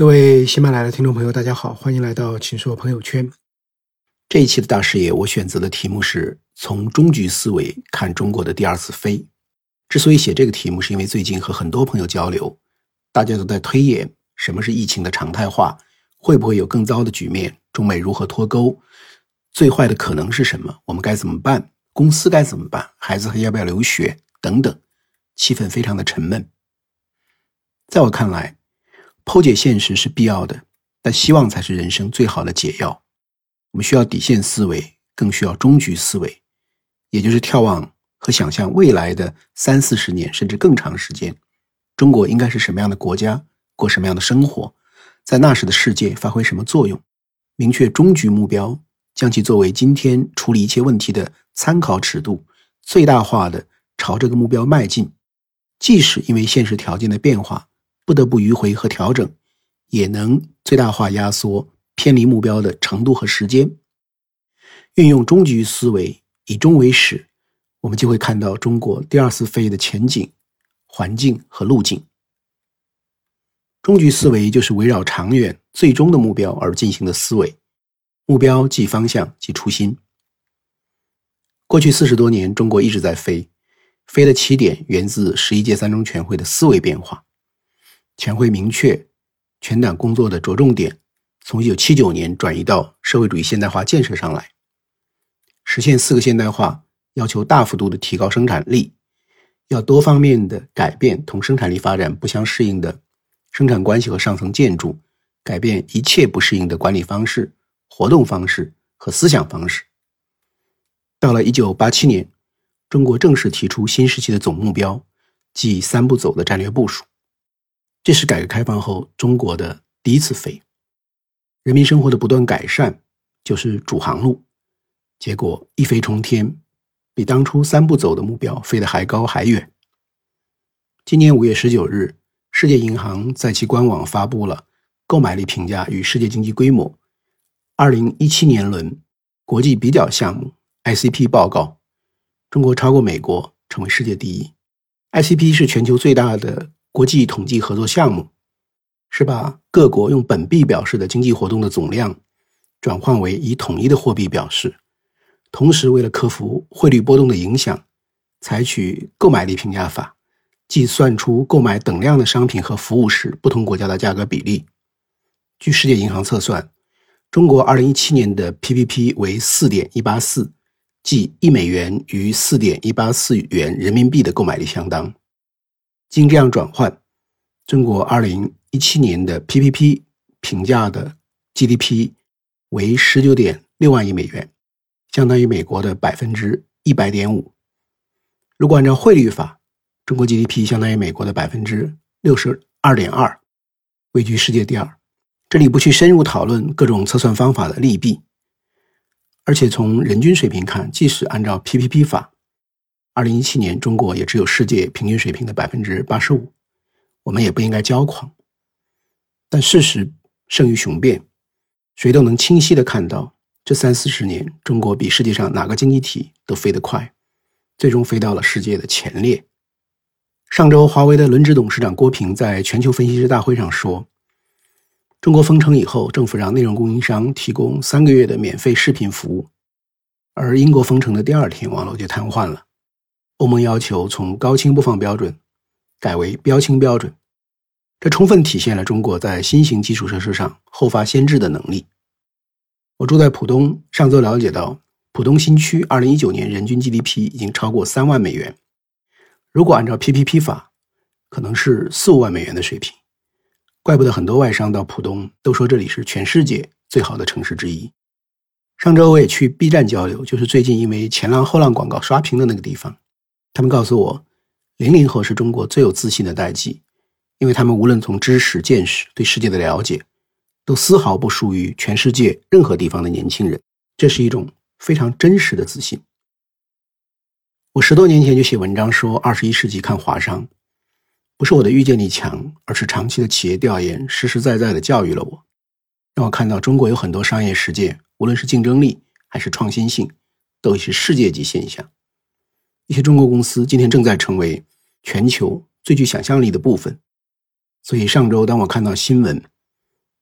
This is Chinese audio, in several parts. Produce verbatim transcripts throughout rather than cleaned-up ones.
各位喜马拉雅的听众朋友，大家好，欢迎来到秦说朋友圈。这一期的大视野，我选择的题目是从终局思维看中国的第二次飞。之所以写这个题目，是因为最近和很多朋友交流，大家都在推演什么是疫情的常态化，会不会有更糟的局面，中美如何脱钩，最坏的可能是什么，我们该怎么办，公司该怎么办，孩子还要不要留学等等，气氛非常的沉闷。在我看来，剖解现实是必要的，但希望才是人生最好的解药。我们需要底线思维，更需要终局思维，也就是眺望和想象未来的三四十年甚至更长时间，中国应该是什么样的国家，过什么样的生活，在那时的世界发挥什么作用，明确终局目标，将其作为今天处理一切问题的参考尺度，最大化的朝这个目标迈进。即使因为现实条件的变化不得不迂回和调整，也能最大化压缩偏离目标的程度和时间。运用终局思维，以终为始，我们就会看到中国第二次飞的前景、环境和路径。终局思维就是围绕长远最终的目标而进行的思维，目标即方向即初心。过去四十多年，中国一直在飞，飞的起点源自十一届三中全会的思维变化。全会明确全党工作的着重点从一九七九年转移到社会主义现代化建设上来，实现四个现代化要求大幅度的提高生产力，要多方面的改变同生产力发展不相适应的生产关系和上层建筑，改变一切不适应的管理方式、活动方式和思想方式。到了一九八七年，中国正式提出新时期的总目标，即三步走的战略部署。这是改革开放后中国的第一次飞，人民生活的不断改善就是主航路，结果一飞冲天，比当初三步走的目标飞得还高还远。今年五月十九日，世界银行在其官网发布了购买力评价与世界经济规模二零一七年轮国际比较项目 I C P 报告，中国超过美国成为世界第一。 I C P 是全球最大的国际统计合作项目，是把各国用本币表示的经济活动的总量转换为以统一的货币表示，同时为了克服汇率波动的影响，采取购买力评价法，计算出购买等量的商品和服务时不同国家的价格比例。据世界银行测算，中国二零一七年的 P P P 为 四点一八四， 即一美元于 四点一八四 元人民币的购买力相当。经这样转换，中国二零一七年的 P P P 评价的 G D P 为 十九点六万亿美元，相当于美国的 百分之一百点五。 如果按照汇率法，中国 G D P 相当于美国的 百分之六十二点二， 位居世界第二。这里不去深入讨论各种测算方法的利弊，而且从人均水平看，即使按照 P P P 法，二零一七年中国也只有世界平均水平的 百分之八十五， 我们也不应该骄狂。但事实胜于雄辩，谁都能清晰地看到，这三四十年中国比世界上哪个经济体都飞得快，最终飞到了世界的前列。上周华为的轮值董事长郭平在全球分析师大会上说，中国封城以后，政府让内容供应商提供三个月的免费视频服务，而英国封城的第二天网络就瘫痪了。欧盟要求从高清播放标准改为标清标准，这充分体现了中国在新型基础设施上后发先至的能力。我住在浦东，上周了解到浦东新区二零一九年人均 G D P 已经超过三万美元，如果按照 P P P 法，可能是四五万美元的水平。怪不得很多外商到浦东都说这里是全世界最好的城市之一。上周我也去 B 站交流，就是最近因为前浪后浪广告刷屏的那个地方。他们告诉我，零零后是中国最有自信的代际，因为他们无论从知识、见识、对世界的了解，都丝毫不输于全世界任何地方的年轻人。这是一种非常真实的自信。我十多年前就写文章说，二十一世纪看华商，不是我的预见力强，而是长期的企业调研实实在在的教育了我，让我看到中国有很多商业实践，无论是竞争力还是创新性，都是世界级现象。一些中国公司今天正在成为全球最具想象力的部分。所以上周当我看到新闻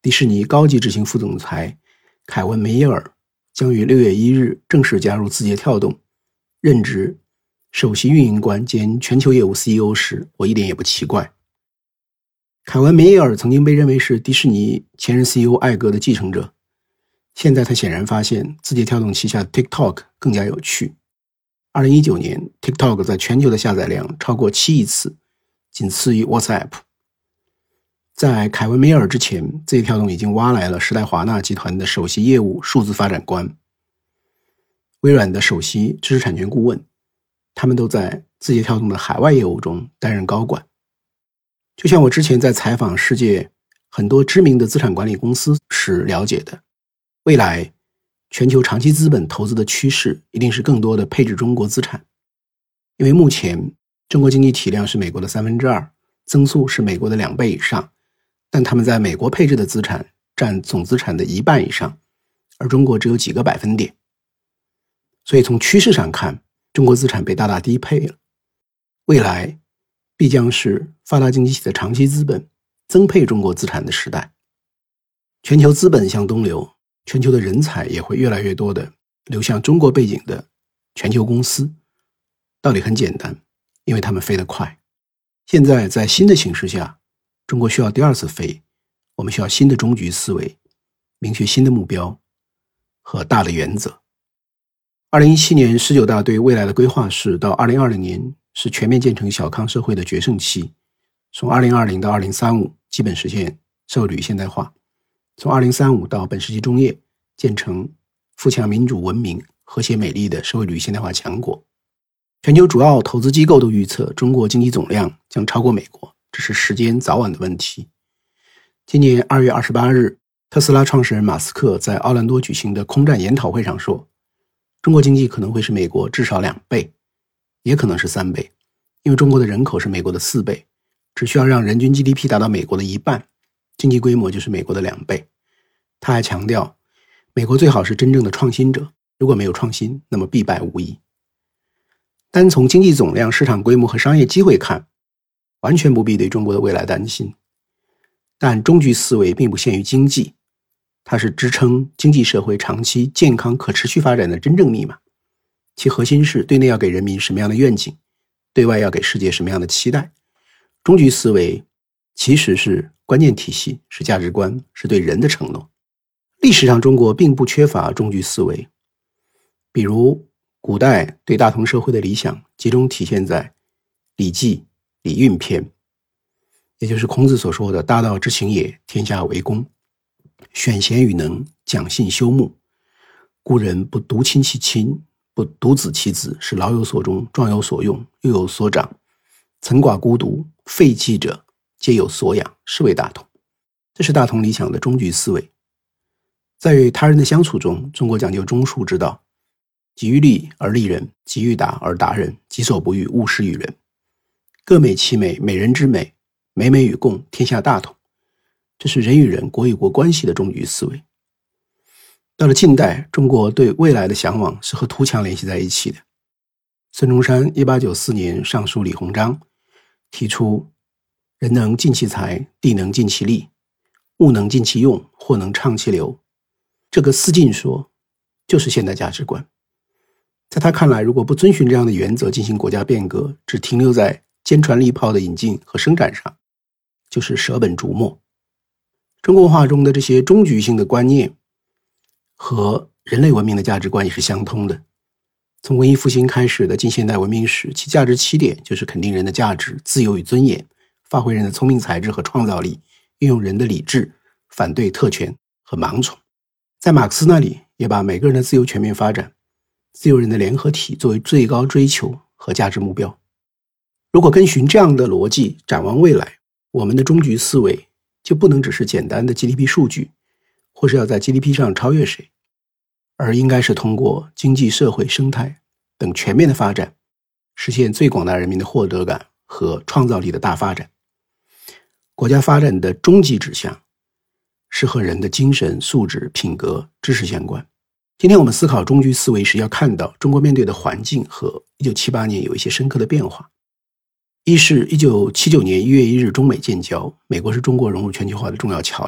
迪士尼高级执行副总裁凯文·梅耶尔将于六月一日正式加入字节跳动，任职首席运营官兼全球业务 C E O 时，我一点也不奇怪。凯文·梅耶尔曾经被认为是迪士尼前任 C E O 艾格的继承者，现在他显然发现字节跳动旗下的 TikTok 更加有趣。二零一九年 TikTok 在全球的下载量超过七亿次，仅次于 WhatsApp。 在凯文·梅耶尔之前，字节跳动已经挖来了时代华纳集团的首席业务数字发展官，微软的首席知识产权顾问，他们都在字节跳动的海外业务中担任高管。就像我之前在采访世界很多知名的资产管理公司时了解的，未来全球长期资本投资的趋势一定是更多的配置中国资产，因为目前中国经济体量是美国的三分之二，增速是美国的两倍以上，但他们在美国配置的资产占总资产的一半以上，而中国只有几个百分点。所以从趋势上看，中国资产被大大低配了，未来必将是发达经济体的长期资本增配中国资产的时代。全球资本向东流，全球的人才也会越来越多的流向中国背景的全球公司。道理很简单，因为他们飞得快。现在在新的形势下，中国需要第二次飞，我们需要新的终局思维，明确新的目标和大的原则。二零一七年十九大对未来的规划是，到二零二零年是全面建成小康社会的决胜期，从二零二零到二零三五基本实现社会主义现代化，从二零三五到本世纪中叶建成富强民主文明和谐美丽的社会主义现代化强国。全球主要投资机构都预测中国经济总量将超过美国，这是时间早晚的问题。今年二月二十八日，特斯拉创始人马斯克在奥兰多举行的空战研讨会上说，中国经济可能会是美国至少两倍，也可能是三倍，因为中国的人口是美国的四倍，只需要让人均 G D P 达到美国的一半，经济规模就是美国的两倍。他还强调，美国最好是真正的创新者，如果没有创新，那么必败无疑。单从经济总量、市场规模和商业机会看，完全不必对中国的未来担心。但终局思维并不限于经济，它是支撑经济社会长期健康可持续发展的真正密码。其核心是对内要给人民什么样的愿景，对外要给世界什么样的期待。终局思维其实是关键体系，是价值观，是对人的承诺。历史上中国并不缺乏终局思维，比如古代对大同社会的理想集中体现在《礼记·礼运篇》，也就是孔子所说的大道之行也，天下为公，选贤与能，讲信修睦。故人不独亲其亲，不独子其子，是老有所终，壮有所用，幼有所长。岑寡孤独，废弃者皆有所养，是谓大同。这是大同理想的终局思维。在与他人的相处中，中国讲究忠恕之道，己欲立而立人，己欲达而达人，己所不欲，勿施于人。各美其美，美人之美，美美与共，天下大同。这是人与人、国与国关系的终局思维。到了近代，中国对未来的向往是和图强联系在一起的。孙中山一八九四年上书李鸿章，提出人能尽其才，地能尽其力，物能尽其用，货能畅其流。这个四尽说就是现代价值观。在他看来，如果不遵循这样的原则进行国家变革，只停留在坚船利炮的引进和生产上，就是舍本逐末。中国文化中的这些终局性的观念和人类文明的价值观也是相通的。从文艺复兴开始的近现代文明史，其价值起点就是肯定人的价值、自由与尊严，发挥人的聪明才智和创造力，运用人的理智，反对特权和盲从。在马克思那里，也把每个人的自由全面发展、自由人的联合体作为最高追求和价值目标。如果跟循这样的逻辑展望未来，我们的终局思维就不能只是简单的 G D P 数据，或是要在 G D P 上超越谁，而应该是通过经济、社会、生态等全面的发展，实现最广大人民的获得感和创造力的大发展。国家发展的终极指向是和人的精神素质、品格、知识相关。今天我们思考终局思维时，要看到中国面对的环境和一九七八年有一些深刻的变化。一是一九七九年一月一日中美建交，美国是中国融入全球化的重要桥梁。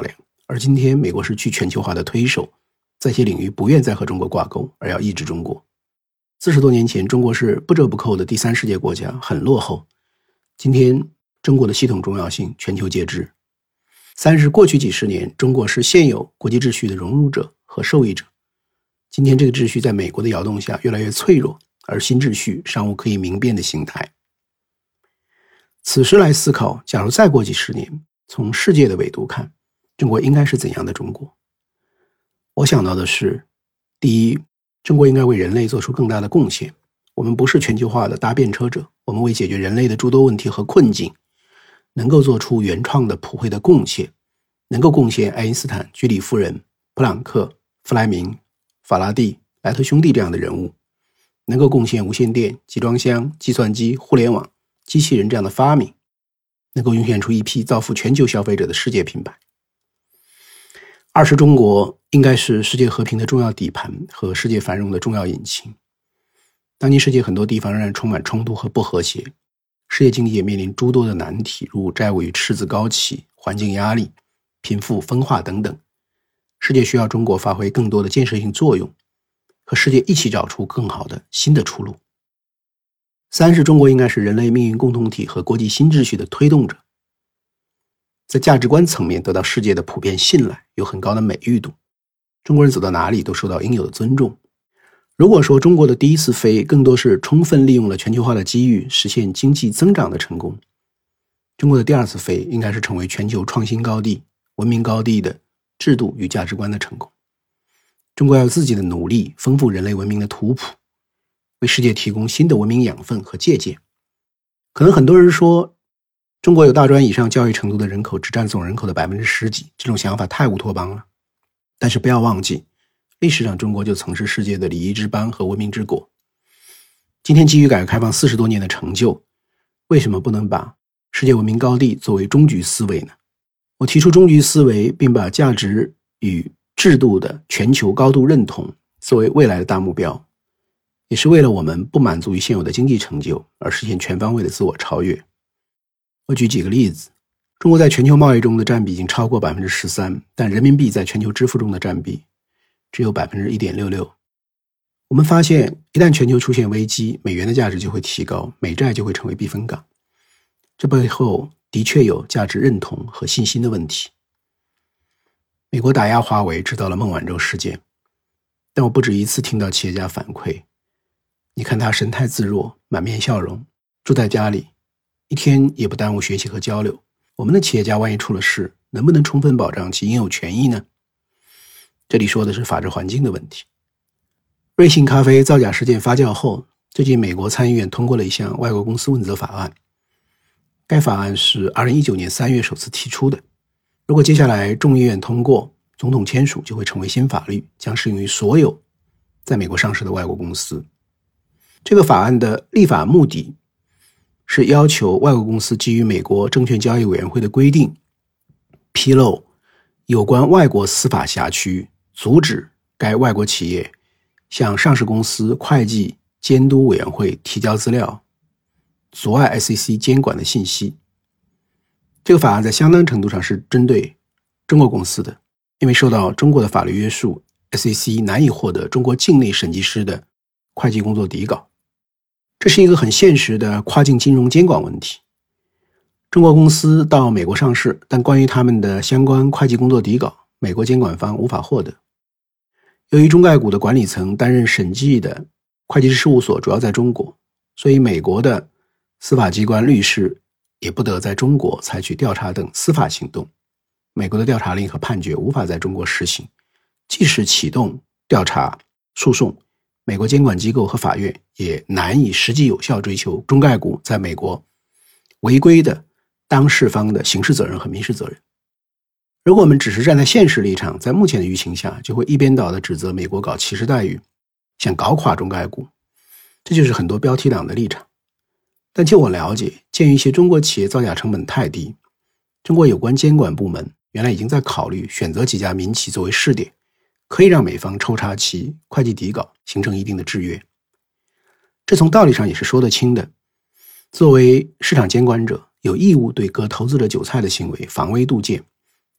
而今天美国是去全球化的推手，在一些领域不愿再和中国挂钩，而要抑制中国。四十多年前，中国是不折不扣的第三世界国家，很落后。今天中国的系统重要性全球皆知。三是过去几十年，中国是现有国际秩序的融入者和受益者。今天这个秩序在美国的摇动下越来越脆弱，而新秩序尚无可以明辨的形态。此时来思考，假如再过几十年，从世界的维度看，中国应该是怎样的中国？我想到的是，第一，中国应该为人类做出更大的贡献。我们不是全球化的搭便车者，我们为解决人类的诸多问题和困境，能够做出原创的普惠的贡献，能够贡献爱因斯坦、居里夫人、普朗克、弗莱明、法拉第、莱特兄弟这样的人物，能够贡献无线电、集装箱、计算机、互联网、机器人这样的发明，能够涌现出一批造福全球消费者的世界品牌。二是中国应该是世界和平的重要底盘和世界繁荣的重要引擎。当今世界很多地方仍然充满冲突和不和谐，世界经济也面临诸多的难题，如债务与赤字高企、环境压力、贫富分化等等。世界需要中国发挥更多的建设性作用，和世界一起找出更好的新的出路。三是中国应该是人类命运共同体和国际新秩序的推动者，在价值观层面得到世界的普遍信赖，有很高的美誉度。中国人走到哪里都受到应有的尊重。如果说中国的第一次飞更多是充分利用了全球化的机遇，实现经济增长的成功，中国的第二次飞应该是成为全球创新高地、文明高地的制度与价值观的成功。中国要有自己的努力，丰富人类文明的图谱，为世界提供新的文明养分和借鉴。可能很多人说，中国有大专以上教育程度的人口只占总人口的百分之十几，这种想法太乌托邦了。但是不要忘记，历史上中国就曾是世界的礼仪之邦和文明之国。今天基于改革开放四十多年的成就，为什么不能把世界文明高地作为终局思维呢？我提出终局思维，并把价值与制度的全球高度认同作为未来的大目标，也是为了我们不满足于现有的经济成就，而实现全方位的自我超越。我举几个例子。中国在全球贸易中的占比已经超过 百分之十三， 但人民币在全球支付中的占比只有 百分之一点六六。 我们发现，一旦全球出现危机，美元的价值就会提高，美债就会成为避风港。这背后的确有价值认同和信心的问题。美国打压华为制造了孟晚舟事件，但我不止一次听到企业家反馈，你看他神态自若，满面笑容，住在家里，一天也不耽误学习和交流。我们的企业家万一出了事，能不能充分保障其应有权益呢？这里说的是法治环境的问题。瑞幸咖啡造假事件发酵后，最近美国参议院通过了一项外国公司问责法案。该法案是二零一九年三月首次提出的，如果接下来众议院通过，总统签署，就会成为新法律，将适用于所有在美国上市的外国公司。这个法案的立法目的是要求外国公司基于美国证券交易委员会的规定，披露有关外国司法辖区，阻止该外国企业向上市公司会计监督委员会提交资料，阻碍 S E C 监管的信息。这个法案在相当程度上是针对中国公司的，因为受到中国的法律约束， S E C 难以获得中国境内审计师的会计工作底稿。这是一个很现实的跨境金融监管问题。中国公司到美国上市，但关于他们的相关会计工作底稿，美国监管方无法获得。由于中概股的管理层担任审计的会计师事务所主要在中国，所以美国的司法机关律师也不得在中国采取调查等司法行动。美国的调查令和判决无法在中国实行，即使启动调查诉讼，美国监管机构和法院也难以实际有效追求中概股在美国违规的当事方的刑事责任和民事责任。如果我们只是站在现实立场，在目前的舆情下，就会一边倒地指责美国搞歧视待遇，想搞垮中概股，这就是很多标题党的立场。但就我了解，鉴于一些中国企业造假成本太低，中国有关监管部门原来已经在考虑选择几家民企作为试点，可以让美方抽查其会计底稿，形成一定的制约。这从道理上也是说得清的。作为市场监管者，有义务对割投资者韭菜的行为防微杜渐，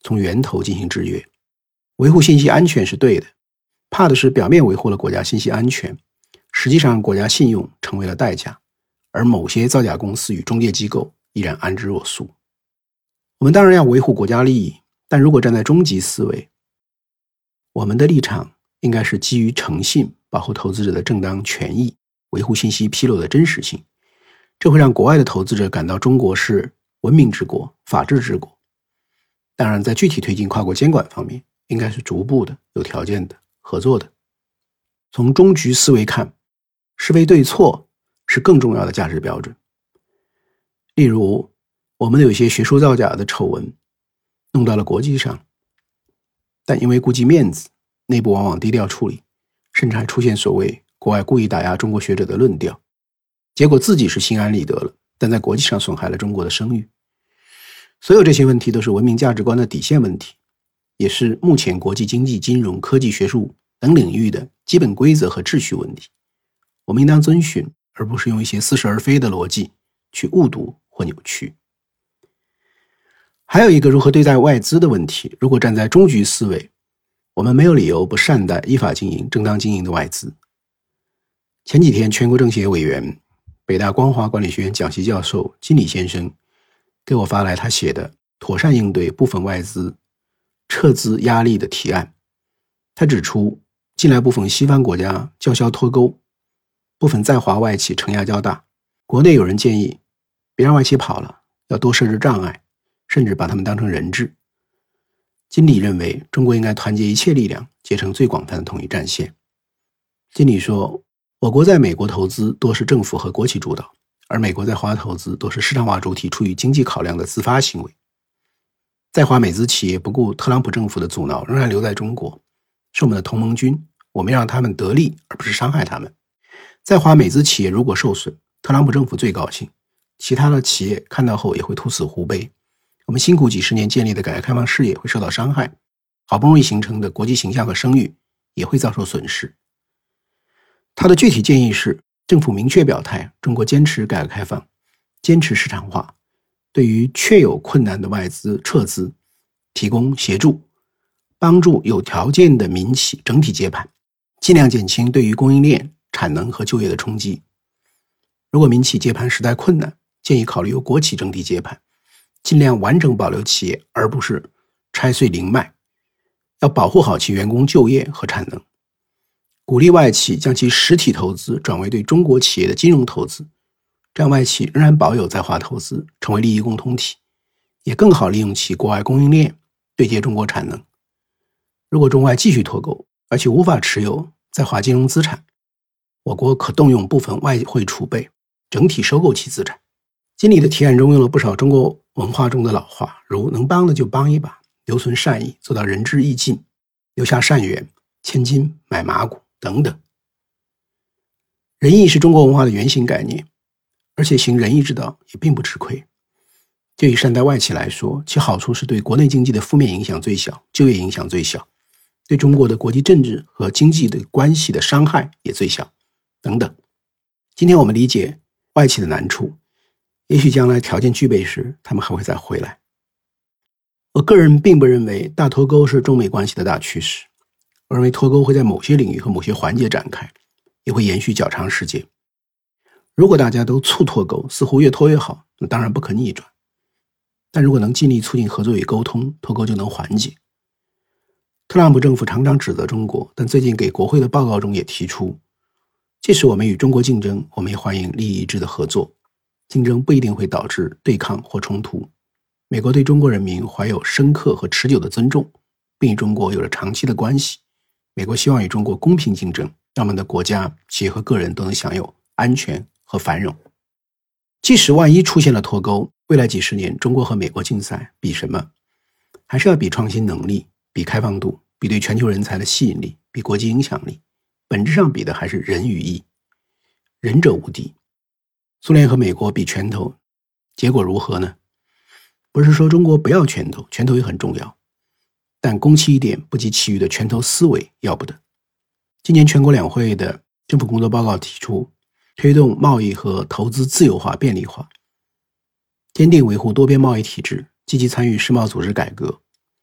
从源头进行制约。维护信息安全是对的，怕的是表面维护了国家信息安全，实际上国家信用成为了代价，而某些造假公司与中介机构依然安之若素。我们当然要维护国家利益，但如果站在终极思维，我们的立场应该是基于诚信，保护投资者的正当权益，维护信息披露的真实性。这会让国外的投资者感到中国是文明之国、法治之国。当然，在具体推进跨国监管方面，应该是逐步的、有条件的、合作的。从终局思维看，是非对错是更重要的价值标准。例如，我们有一些学术造假的丑闻弄到了国际上，但因为顾及面子，内部往往低调处理，甚至还出现所谓国外故意打压中国学者的论调，结果自己是心安理得了，但在国际上损害了中国的声誉。所有这些问题都是文明价值观的底线问题，也是目前国际经济、金融、科技、学术等领域的基本规则和秩序问题。我们应当遵循，而不是用一些似是而非的逻辑去误读或扭曲。还有一个如何对待外资的问题，如果站在终局思维，我们没有理由不善待依法经营、正当经营的外资。前几天，全国政协委员、北大光华管理学院讲席教授金理先生给我发来他写的妥善应对部分外资撤资压力的提案。他指出，近来部分西方国家叫嚣脱钩，部分在华外企承压较大，国内有人建议别让外企跑了，要多设置障碍，甚至把他们当成人质。金理认为，中国应该团结一切力量，结成最广泛的统一战线。金理说，我国在美国投资多是政府和国企主导，而美国在华投资多是市场化主体出于经济考量的自发行为。在华美资企业不顾特朗普政府的阻挠，仍然留在中国，是我们的同盟军，我们要让他们得利，而不是伤害他们。在华美资企业如果受损，特朗普政府最高兴，其他的企业看到后也会兔死狐悲。我们辛苦几十年建立的改革开放事业会受到伤害，好不容易形成的国际形象和声誉也会遭受损失。他的具体建议是，政府明确表态，中国坚持改革开放，坚持市场化，对于确有困难的外资撤资提供协助，帮助有条件的民企整体接盘，尽量减轻对于供应链、产能和就业的冲击。如果民企接盘实在困难，建议考虑由国企整体接盘，尽量完整保留企业，而不是拆碎零卖，要保护好其员工就业和产能。鼓励外企将其实体投资转为对中国企业的金融投资，这样外企仍然保有在华投资，成为利益共同体，也更好利用其国外供应链对接中国产能。如果中外继续脱钩，而且无法持有在华金融资产，我国可动用部分外汇储备，整体收购其资产。金理的提案中用了不少中国文化中的老话，如能帮的就帮一把，留存善意，做到仁至义尽，留下善缘，千金买马骨等等。仁义是中国文化的原型概念，而且行仁义之道也并不吃亏。就以善待外企来说，其好处是对国内经济的负面影响最小，就业影响最小，对中国的国际政治和经济的关系的伤害也最小，等等。今天我们理解外企的难处，也许将来条件具备时，他们还会再回来。我个人并不认为大脱钩是中美关系的大趋势，我认为脱钩会在某些领域和某些环节展开，也会延续较长时间。如果大家都促脱钩，似乎越脱越好，那当然不可逆转。但如果能尽力促进合作与沟通，脱钩就能缓解。特朗普政府常常指责中国，但最近给国会的报告中也提出，即使我们与中国竞争，我们也欢迎利益一致的合作，竞争不一定会导致对抗或冲突。美国对中国人民怀有深刻和持久的尊重，并与中国有着长期的关系。美国希望与中国公平竞争，让我们的国家、企业和个人都能享有安全和繁荣。即使万一出现了脱钩，未来几十年中国和美国竞赛比什么？还是要比创新能力，比开放度，比对全球人才的吸引力，比国际影响力。本质上比的还是仁与义，仁者无敌。苏联和美国比拳头，结果如何呢？不是说中国不要拳头，拳头也很重要，但攻其一点不及其余的拳头思维要不得。今年全国两会的政府工作报告提出，推动贸易和投资自由化便利化，坚定维护多边贸易体制，积极参与世贸组织改革，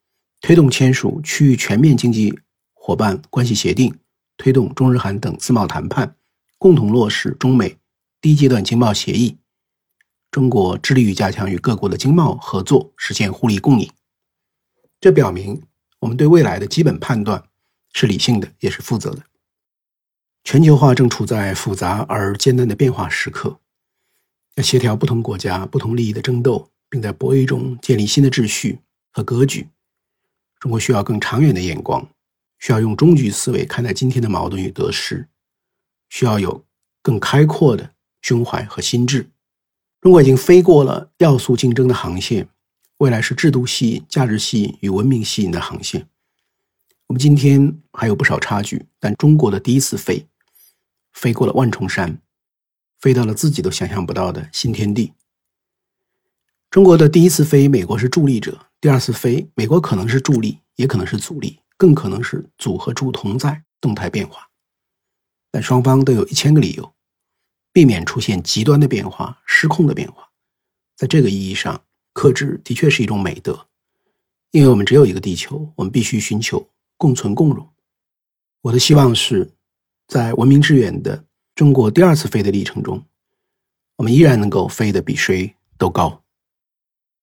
推动签署区域全面经济伙伴关系协定，推动中日韩等自贸谈判，共同落实中美第一阶段经贸协议。中国致力于加强与各国的经贸合作，实现互利共赢。这表明我们对未来的基本判断是理性的，也是负责的。全球化正处在复杂而艰难的变化时刻，要协调不同国家不同利益的争斗，并在博弈中建立新的秩序和格局。中国需要更长远的眼光，需要用终局思维看待今天的矛盾与得失，需要有更开阔的胸怀和心智。中国已经飞过了要素竞争的航线，未来是制度吸引、价值吸引与文明吸引的航线。我们今天还有不少差距，但中国的第一次飞，飞过了万重山，飞到了自己都想象不到的新天地。中国的第一次飞，美国是助力者；第二次飞，美国可能是助力，也可能是阻力，更可能是阻和助同在，动态变化。但双方都有一千个理由，避免出现极端的变化、失控的变化。在这个意义上，克制的确是一种美德，因为我们只有一个地球，我们必须寻求共存共荣。我的希望是，在文明致远的中国第二次飞的历程中，我们依然能够飞得比谁都高。